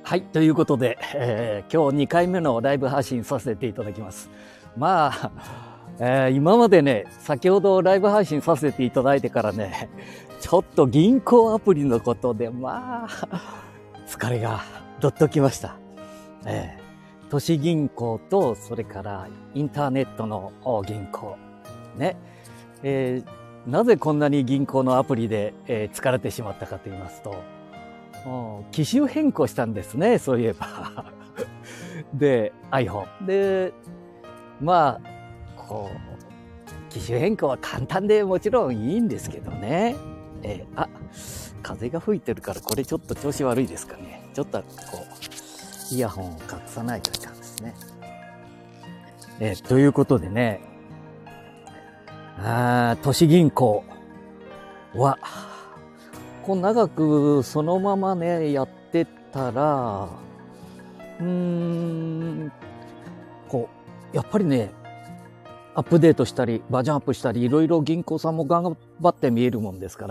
はい、ということで、今日2回目のライブ配信させていただきます。まあ、今までね、先ほどライブ配信させていただいてからね、ちょっと銀行アプリのことで、疲れがどっときました。都市銀行と、それからインターネットの銀行。ね。なぜこんなに銀行のアプリで、疲れてしまったかと言いますと、機種変更したんですね、そういえば。で、iPhone。で、機種変更は簡単でもちろんいいんですけどね。風が吹いてるからこれちょっと調子悪いですかね。ちょっとイヤホンを隠さないといかんですね。ということでね、都市銀行は、長くそのままね、やってたら、やっぱりね、アップデートしたり、バージョンアップしたり、いろいろ銀行さんも頑張って見えるもんですから、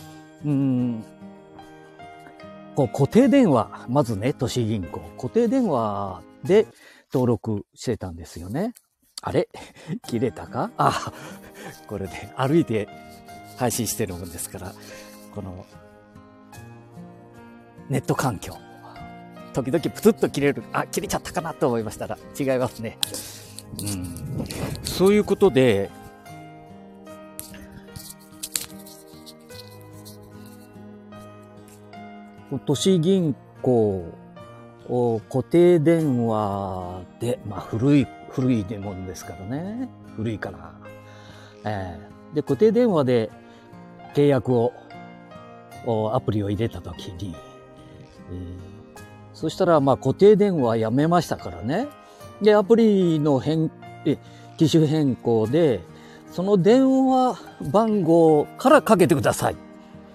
固定電話、まずね、都市銀行、固定電話で登録してたんですよね。あれ切れたか？これで歩いて配信してるもんですから、このネット環境、時々プツッと切れる、切れちゃったかなと思いましたら違いますね。そういうことで、都市銀行固定電話で、古いもんですからね。古いから。で、固定電話で契約を、アプリを入れたときに、そしたら、固定電話やめましたからね。で、アプリの機種変更で、その電話番号からかけてください。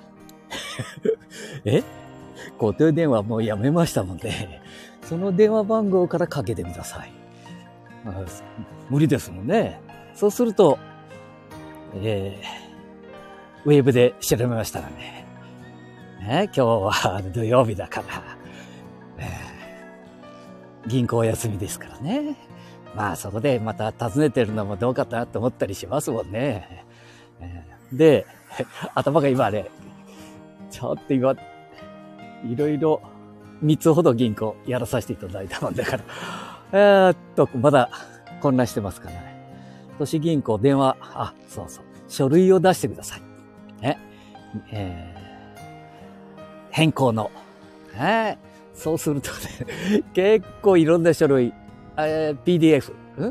固定電話もうやめましたもんね。その電話番号からかけてください。無理ですもんね。そうすると、ウェブで調べましたらね。今日は土曜日だから、銀行休みですからね。そこでまた訪ねてるのもどうかなと思ったりしますもんね。で、頭が今ね、ちょっと今、いろいろ3つほど銀行やらさせていただいたもんだから、まだ混乱してますからね。都市銀行電話、書類を出してください。変更の。そうするとね、結構いろんな書類、PDF、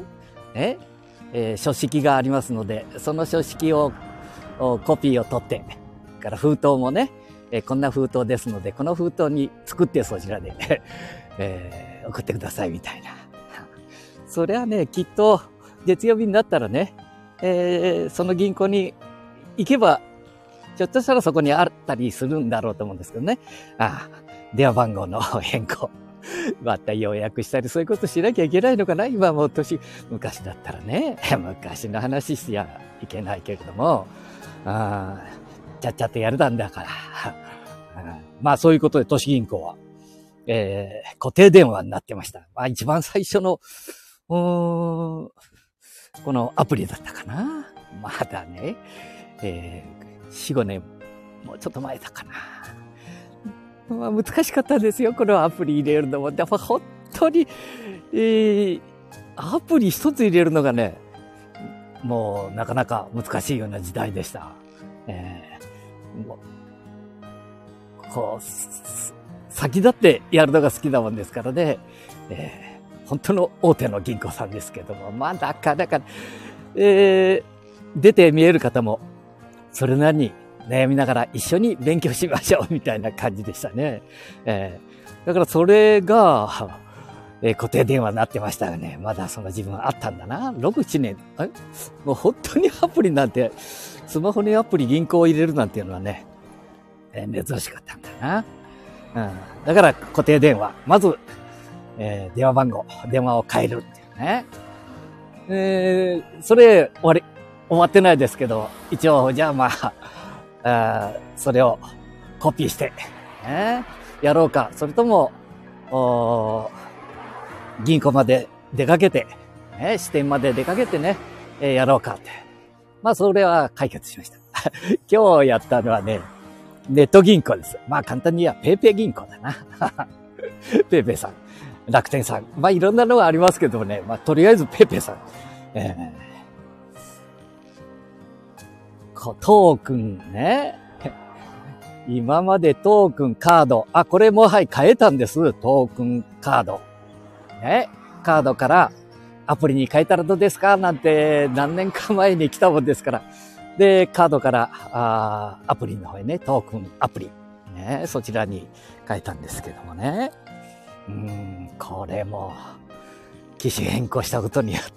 書式がありますので、その書式をコピーを取って、から封筒もね、こんな封筒ですので、この封筒に作ってそちらで、送ってくださいみたいな。それはね、きっと月曜日になったらね、その銀行に行けば、ひょっとしたらそこにあったりするんだろうと思うんですけどね。電話番号の変更。また予約したりそういうことしなきゃいけないのかな。今もう昔だったらね、昔の話しちゃいけないけれども、ちゃっちゃってやるなんだから。そういうことで都市銀行は、固定電話になってました。一番最初の、このアプリだったかな。まだね、4、5年、もうちょっと前だかな。難しかったですよ、このアプリ入れるのも。やっぱ本当に、アプリ一つ入れるのがね、もうなかなか難しいような時代でした。先立ってやるのが好きなもんですからね。本当の大手の銀行さんですけども、なかなか、出て見える方も、それなりに悩みながら一緒に勉強しましょうみたいな感じでしたね。だからそれが、固定電話になってましたよね。まだその自分あったんだな。6、7年。もう本当にアプリなんて、スマホにアプリ銀行を入れるなんていうのはね、珍しかったんだな。だから固定電話。まず、電話番号、電話を変えるっていうね。それ終わってないですけど、一応、じゃあそれをコピーして、やろうか。それとも、 銀行まで出かけて、ね、支店まで出かけてね、やろうかって。まあ、それは解決しました。今日やったのはね、ネット銀行です。まあ、簡単に言えばペイペイ銀行だな。ペイペイさん、楽天さん。まあ、いろんなのがありますけどもね、まあ、とりあえずペイペイさん。トークンね。今までトークンカード。これもはい変えたんです。トークンカード。ね。カードからアプリに変えたらどうですかなんて何年か前に来たもんですから。で、カードからアプリの方へね、トークンアプリ。ね。そちらに変えたんですけどもね。これも機種変更したことによって、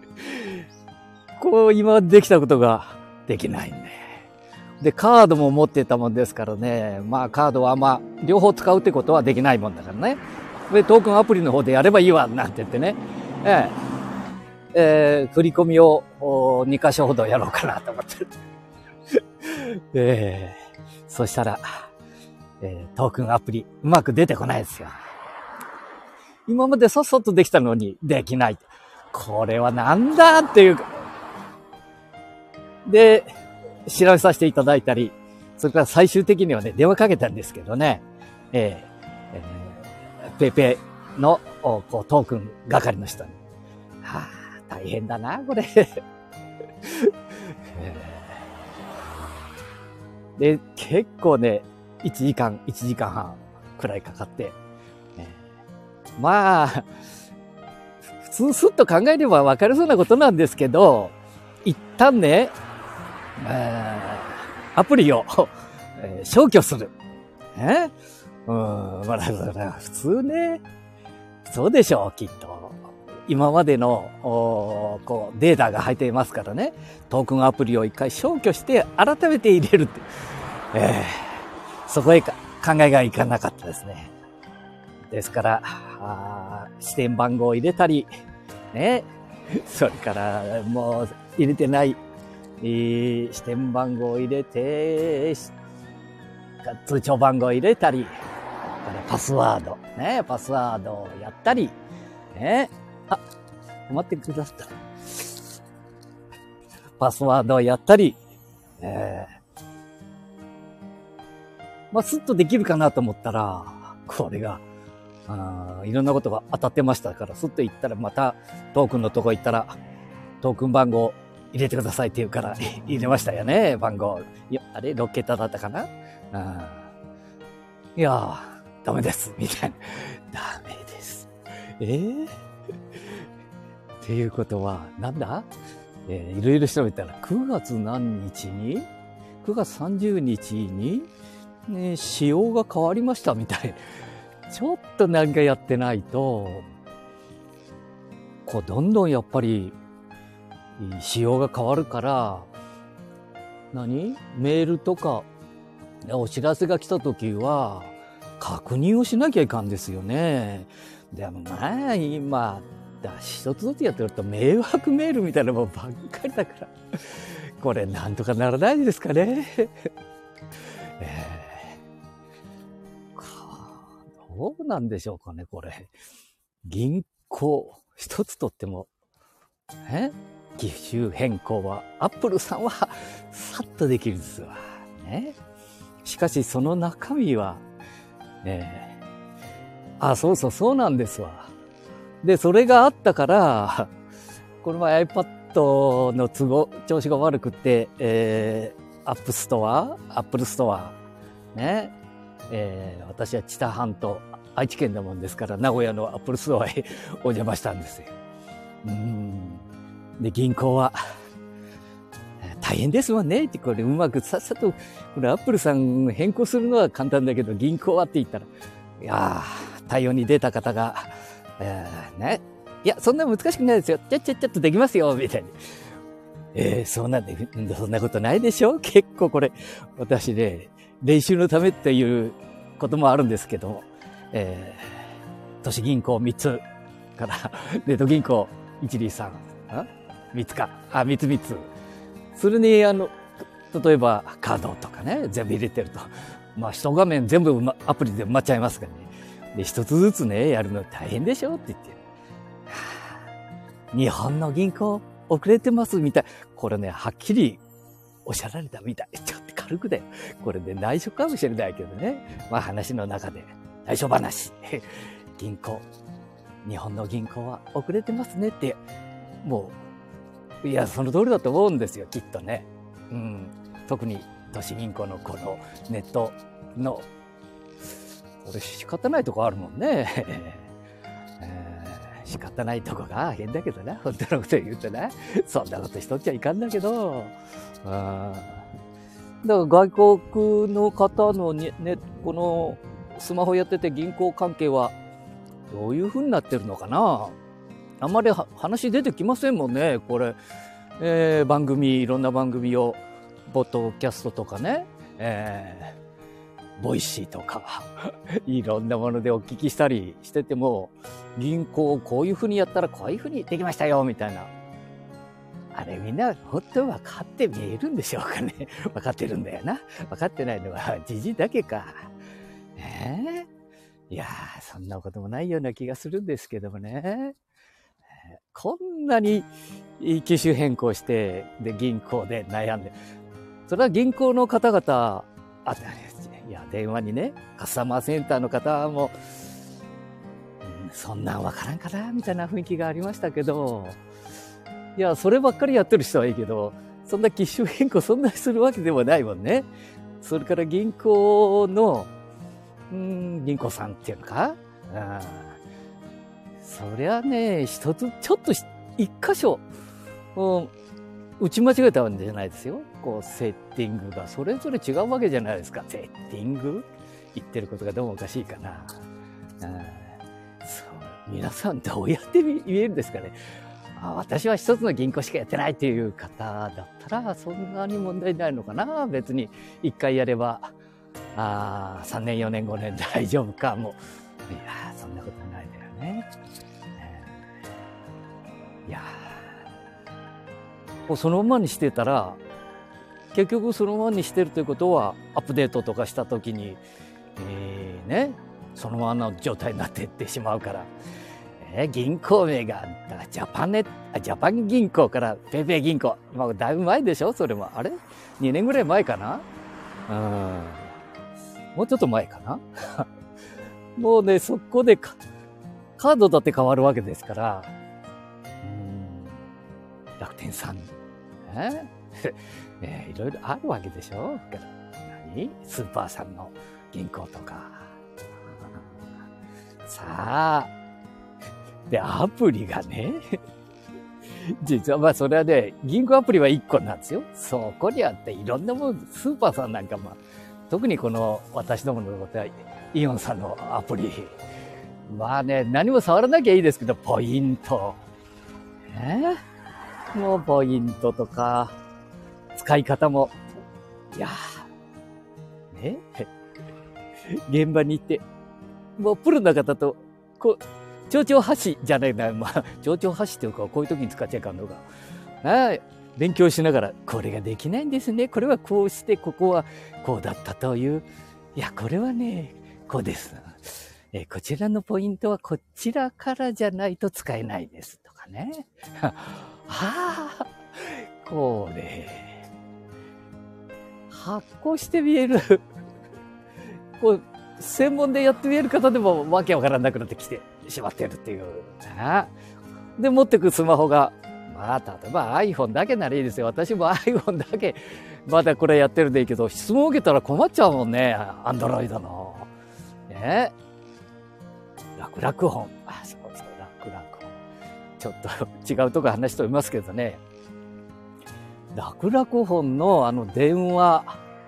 こう今できたことができないんで、カードも持ってたもんですからね。まあカードは両方使うってことはできないもんだからね。で、トークンアプリの方でやればいいわ、なんて言ってね。振り込みを2箇所ほどやろうかなと思ってる。そしたら、トークンアプリうまく出てこないですよ。今までさっさとできたのにできない。これはなんだっていう。で、調べさせていただいたり、それから最終的にはね、電話かけたんですけどね、ペイペイのトークン係の人に。大変だな、これ。で、結構ね、1時間半くらいかかって、まあ、普通スッと考えれば分かりそうなことなんですけど、一旦ね、アプリを消去する。まあ、だから普通ね、そうでしょう、きっと。今までのこうデータが入っていますからね、トークンアプリを一回消去して改めて入れるって、そこへ考えがいかなかったですね。ですから支店番号を入れたりね、それからもう入れてない支店番号を入れて通帳番号を入れたり、パスワードね、パスワードをやったりね、待ってくださった。パスワードをやったり、まあ、スッとできるかなと思ったら、これが、いろんなことが当たってましたから、スッと行ったら、またトークンのとこ行ったら、トークン番号入れてくださいって言うから入れましたよね、番号。あれ ?6 桁だったかな。いやー、ダメです、みたいな。ダメです。っていうことは、なんだいろいろ調べたら、9月何日に ?9 月30日に、仕様が変わりましたみたい。ちょっとなんかやってないと、こう、どんどんやっぱり、仕様が変わるから、メールとか、お知らせが来たときは、確認をしなきゃいかんですよね。でもまあ、今、一つずつやってると迷惑メールみたいなもんばっかりだから、これなんとかならないですかね。どうなんでしょうかね、これ。銀行一つとっても、機種変更は、アップルさんはさっとできるんですわ。ね。しかしその中身は、そうなんですわ。で、それがあったから、この前 iPad の調子が悪くて、アップルストア、ね、私は知多半島、愛知県だもんですから、名古屋のアップルストアへお邪魔したんですよ。で、銀行は、大変ですもんねって、これうまくさっさと、これアップルさん変更するのは簡単だけど、銀行はって言ったら、いやー、対応に出た方が、ね。いや、そんな難しくないですよ。ちょっとできますよ、みたいに。そんなことないでしょ？結構これ、私ね、練習のためっていうこともあるんですけども、都市銀行3つから、ネット銀行123、3つか、3つ3つ。それに、例えばカードとかね、全部入れてると。まあ、一画面全部アプリで埋まっちゃいますからね。 で、一つずつね、やるの大変でしょって言って。日本の銀行遅れてますみたい。これね、はっきりおっしゃられたみたい。ちょっと軽くだよ。これで内緒かもしれないけどね。まあ話の中で、内緒話。銀行、日本の銀行は遅れてますねって、もう、いや、その通りだと思うんですよ、きっとね。うん。特に都市銀行のこのネットの、これ仕方ないとこあるもんね。仕方ないとこが変だけどな、本当のこと言うとな。そんなことしとっちゃいかんだけど。だから外国の方のね、このスマホやってて銀行関係はどういう風になってるのかな。あんまり話出てきませんもんね、これ。いろんな番組を、ポッドキャストとかね、ボイシーとか、いろんなものでお聞きしたりしてても、銀行をこういう風にやったらこういう風にできましたよ、みたいな。あれみんな本当分かって見えるんでしょうかね。分かってるんだよな。分かってないのはじじいだけか。いやー、そんなこともないような気がするんですけどもね。こんなに機種変更して、で、銀行で悩んで。それは銀行の方々、いや、電話にね、カスタマーセンターの方も、そんなんわからんかなみたいな雰囲気がありましたけど、いや、そればっかりやってる人はいいけど、そんな機種変更そんなにするわけでもないもんね。それから銀行の、銀行さんっていうのか、そりゃね、一つ、ちょっと一箇所、打ち間違えたんじゃないですよ。こう、セッティングがそれぞれ違うわけじゃないですか。セッティング言ってることがどうもおかしいかな。そう皆さんどうやって言えるんですかね。私は一つの銀行しかやってないっていう方だったら、そんなに問題ないのかな。別に一回やれば、3年、4年、5年大丈夫かも。いやそんなことないだよね。いやそのままにしてたら、結局そのままにしてるということは、アップデートとかしたときに、そのままの状態になっていってしまうから、銀行名がジャパン銀行からペイペイ銀行。まあ、だいぶ前でしょそれも。あれ ?2 年ぐらい前かなもうちょっと前かなもうね、そこでカードだって変わるわけですから、楽天さん、いろいろあるわけでしょスーパーさんの銀行とか。さあ、で、アプリがね、実はまあそれはね、銀行アプリは1個なんですよ。そこにあっていろんなもの、スーパーさんなんかまあ、特にこの私どものことはイオンさんのアプリ。まあね、何も触らなきゃいいですけど、ポイント。もうポイントとか、使い方も、いやー、現場に行って、もうプロの方と、こう、丁々発じゃないな、まあ、丁々発っていうか、こういう時に使っちゃいかんのが。勉強しながら、これができないんですね。これはこうして、ここはこうだったという。いや、これはね、こうです。こちらのポイントはこちらからじゃないと使えないです。とかね。これ、発行して見える。こう、専門でやってみえる方でもわけわからなくなってきてしまっているっていう。で、持ってくスマホが、まあ、例えば iPhone だけならいいですよ。私も iPhone だけ、まだこれやってるんでいいけど、質問を受けたら困っちゃうもんね。Android の。楽々本。そうそう、楽々本。ちょっと違うとこ話しておりますけどね。楽々本の電話。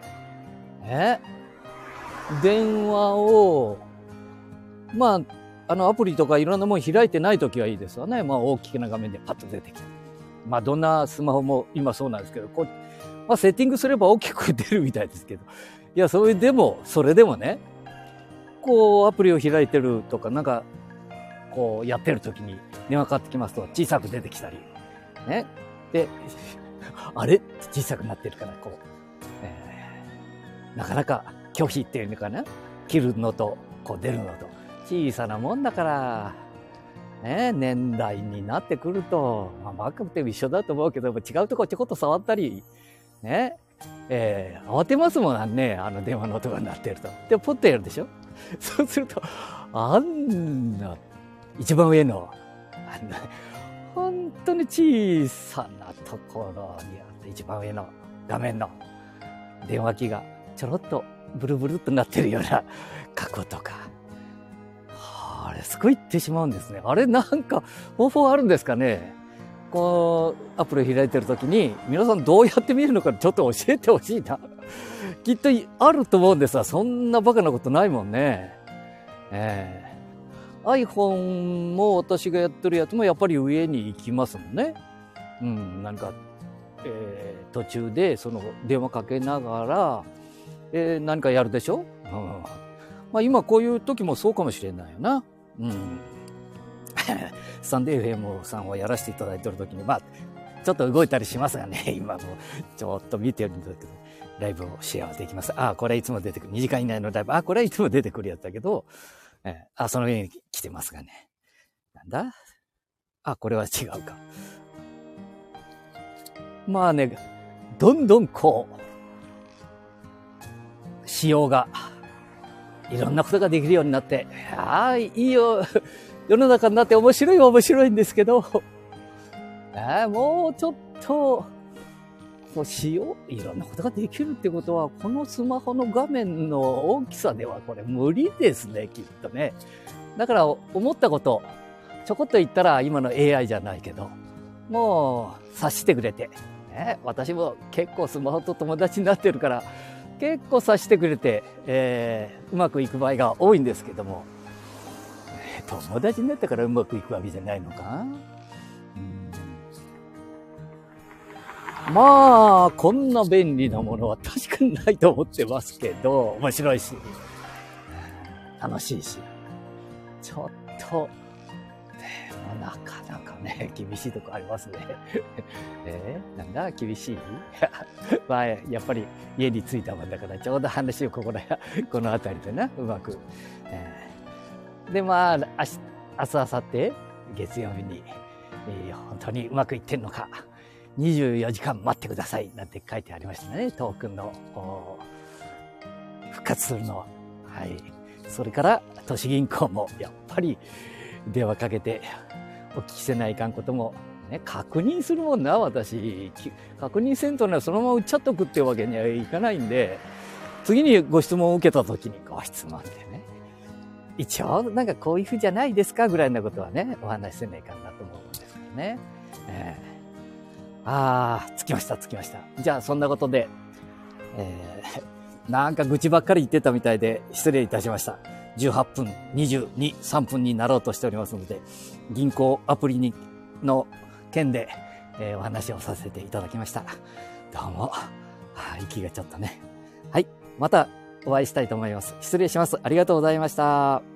電話を、まあ、アプリとかいろんなもの開いてないときはいいですよね。まあ、大きな画面でパッと出てきて。まあ、どんなスマホも今そうなんですけど、まあ、セッティングすれば大きく出るみたいですけど。いや、それでもね、こう、アプリを開いてるとか、なんか、こう、やってるときに電話かかってきますと小さく出てきたり。で、あれ小さくなってるから、こう、なかなか拒否っていうのかな切るのと、こう出るのと、 小さなもんだから、ね、年代になってくると、マクテも一緒だと思うけど、違うとこちょこっと触ったり、ね、慌てますもんね、電話の音が鳴ってると。で、ポッとやるでしょ。そうすると、あんな、一番上の、本当に小さなところにあって、一番上の画面の電話機がちょろっとブルブルっとなってるような過去とか、あれ、すごい言ってしまうんですね。あれ、なんか方法あるんですかね。こう、アプリ開いてるときに、皆さんどうやって見るのかちょっと教えてほしいな。きっとあると思うんですが、そんなバカなことないもんね。iPhone も私がやってるやつもやっぱり上に行きますもんね。うん、なんか、途中でその電話かけながら、何かやるでしょ。今こういう時もそうかもしれないよな。サンデー FM さんをやらせていただいてる時に、ちょっと動いたりしますがね、今もちょっと見てるんだけど、ライブをシェアできます。これいつも出てくる。2時間以内のライブ。これはいつも出てくるやつだけど、その上に来てますがね。なんだ？これは違うか。どんどんこう、仕様が、いろんなことができるようになって、いいよ、世の中になって面白いんですけど、もうちょっと、いろんなことができるってことは、このスマホの画面の大きさではこれ無理ですね、きっとね。だから思ったこと、ちょこっと言ったら今の AI じゃないけど、もう察してくれて、私も結構スマホと友達になってるから、結構察してくれて、うまくいく場合が多いんですけども、友達になったからうまくいくわけじゃないのか。こんな便利なものは確かにないと思ってますけど、面白いし、楽しいし、ちょっと、なかなかね、厳しいとこありますね。なんだ厳しいやっぱり家に着いたもんだから、ちょうど話をこの辺りでな、うまく。で、明日、明後日、月曜日に、本当にうまくいってんのか、24時間待ってくださいなんて書いてありましたね。トークンの復活するの。それから都市銀行もやっぱり電話かけてお聞きせないかんこともね、確認するもんな。私確認せんとね、そのまま売っちゃっとくってわけにはいかないんで、次にご質問を受けた時にご質問でね、一応なんかこういうふうじゃないですかぐらいなことはね、お話しせないかなと思うんですけどね。着きました。じゃあ、そんなことで、なんか愚痴ばっかり言ってたみたいで失礼いたしました。18分、22、3分になろうとしておりますので、銀行アプリの件で、お話をさせていただきました。どうも、息がちょっとね。またお会いしたいと思います。失礼します。ありがとうございました。